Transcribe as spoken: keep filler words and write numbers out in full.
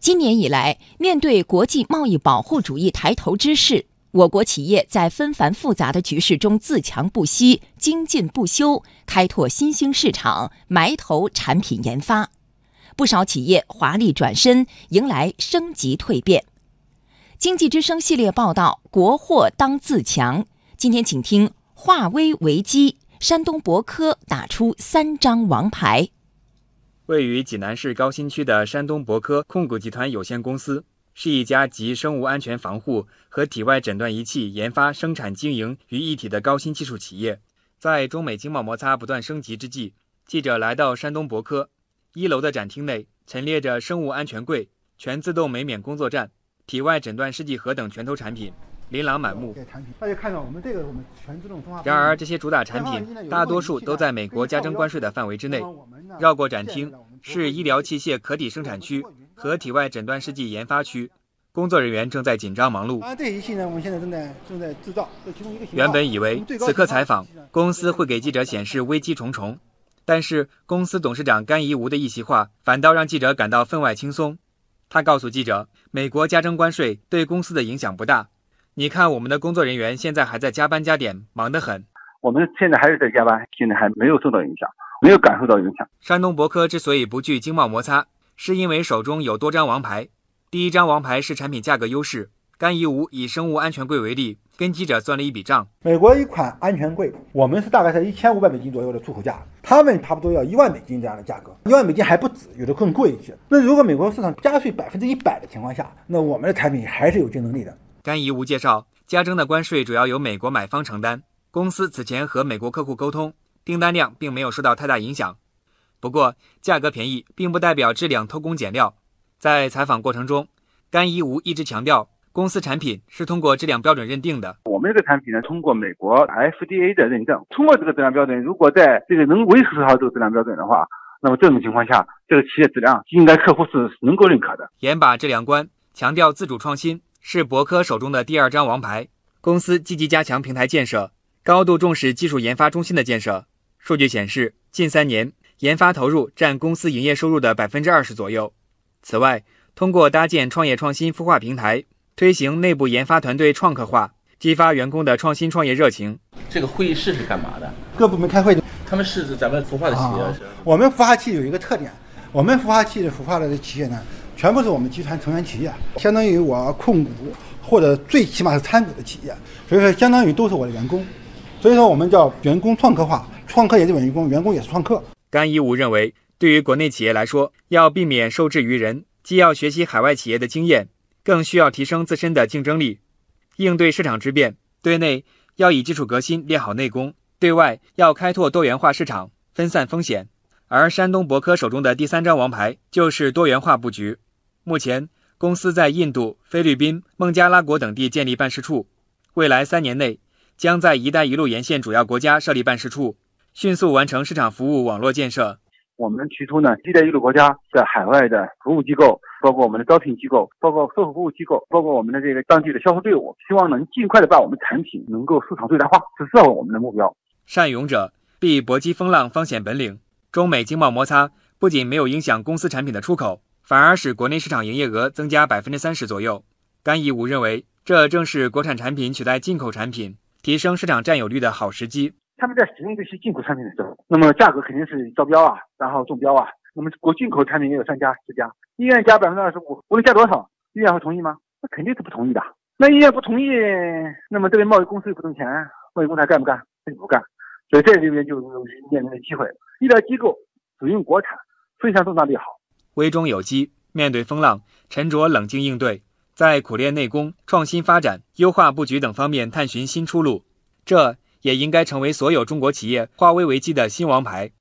今年以来，面对国际贸易保护主义抬头之势，我国企业在纷繁复杂的局势中自强不息、精进不休，开拓新兴市场，埋头产品研发。不少企业华丽转身，迎来升级蜕变。经济之声系列报道：国货当自强。今天请听化危为机，山东博科打出三张王牌。 位于济南市高新区的山东博科控股集团有限公司是一家集生物安全防护和体外诊断仪器研发、生产、经营于一体的高新技术企业。在中美经贸摩擦不断升级之际，记者来到山东博科一楼的展厅内，陈列着生物安全柜、全自动美免工作站、体外诊断试剂盒等拳头产品，琳琅满目。然而，这些主打产品大多数都在美国加征关税的范围之内。绕过展厅是医疗器械壳体生产区和体外诊断试剂研发区，工作人员正在紧张忙碌。原本以为此刻采访公司会给记者显示危机重重，但是公司董事长甘怡吾的一席话反倒让记者感到分外轻松。他告诉记者，美国加征关税对公司的影响不大。你看，我们的工作人员现在还在加班加点，忙得很。 我们现在还是在加班，现在还没有受到影响，没有感受到影响。 山东博科之所以不惧经贸摩擦，是因为手中有多张王牌。第一张王牌是产品价格优势。甘怡吾以生物安全柜为例，跟记者算了一笔账。 美国一款安全柜，我们是大概是一千五百美金左右的出口价，他们差不多要一万美金这样的价格，一万美金还不止，有的更贵一些。那如果美国市场加税百分之一百的情况下，那我们的产品还是有竞争力的。 甘怡吾介绍，加征的关税主要由美国买方承担，公司此前和美国客户沟通，订单量并没有受到太大影响。不过，价格便宜并不代表质量偷工减料。在采访过程中，甘怡吾一直强调，公司产品是通过质量标准认定的。 我们这个产品呢，通过美国 F D A 的认证，通过这个质量标准，如果在这个能维持好这个质量标准的话，那么这种情况下，这个企业质量应该客户是能够认可的。 严把质量关，强调自主创新，是博科手中的第二张王牌。公司积极加强平台建设，高度重视技术研发中心的建设。数据显示，近三年研发投入占公司营业收入的百分之二十左右。此外，通过搭建创业创新孵化平台，推行内部研发团队创客化，激发员工的创新创业热情。 这个会议室是干嘛的？ 各部门开会的。 他们是咱们孵化的企业、啊、 我们孵化器有一个特点，我们孵化器的孵化的企业呢，全部是我们集团成员企业，相当于我控股或者最起码是参股的企业，所以说相当于都是我的员工。所以说我们叫员工创客化，创客也是员工，员工也是创客。 甘怡吾认为，对于国内企业来说，要避免受制于人，既要学习海外企业的经验，更需要提升自身的竞争力，应对市场之变。对内要以技术革新练好内功，对外要开拓多元化市场，分散风险。而山东博科手中的第三张王牌就是多元化布局。目前，公司在印度、菲律宾、孟加拉国等地建立办事处，未来三年内将在“一带一路”沿线主要国家设立办事处，迅速完成市场服务网络建设。 我们提出呢，一带一路国家在海外的服务机构，包括我们的招聘机构，包括售后服务机构，包括我们的这个当地的销售队伍，希望能尽快的把我们产品能够市场最大化，这是我们的目标。 善勇者必搏击风浪，方显本领。中美经贸摩擦不仅没有影响公司产品的出口，反而使国内市场营业额增加百分之三十左右。甘怡吾认为，这正是国产产品取代进口产品，提升市场占有率的好时机。 他们在使用这些进口产品的时候，那么价格肯定是招标啊，然后中标啊。那么国进口产品也有三家、四家，医院加百分之二十五，无论加多少，医院会同意吗？那肯定是不同意的。那医院不同意，那么这边贸易公司又不挣钱，贸易公司还干不干？不干。所以这里面就有面临的机会。医疗机构使用国产，非常重大利好。 危中有机，面对风浪，沉着冷静应对，在苦练内功、创新发展、优化布局等方面探寻新出路。这也应该成为所有中国企业化危为机的新王牌。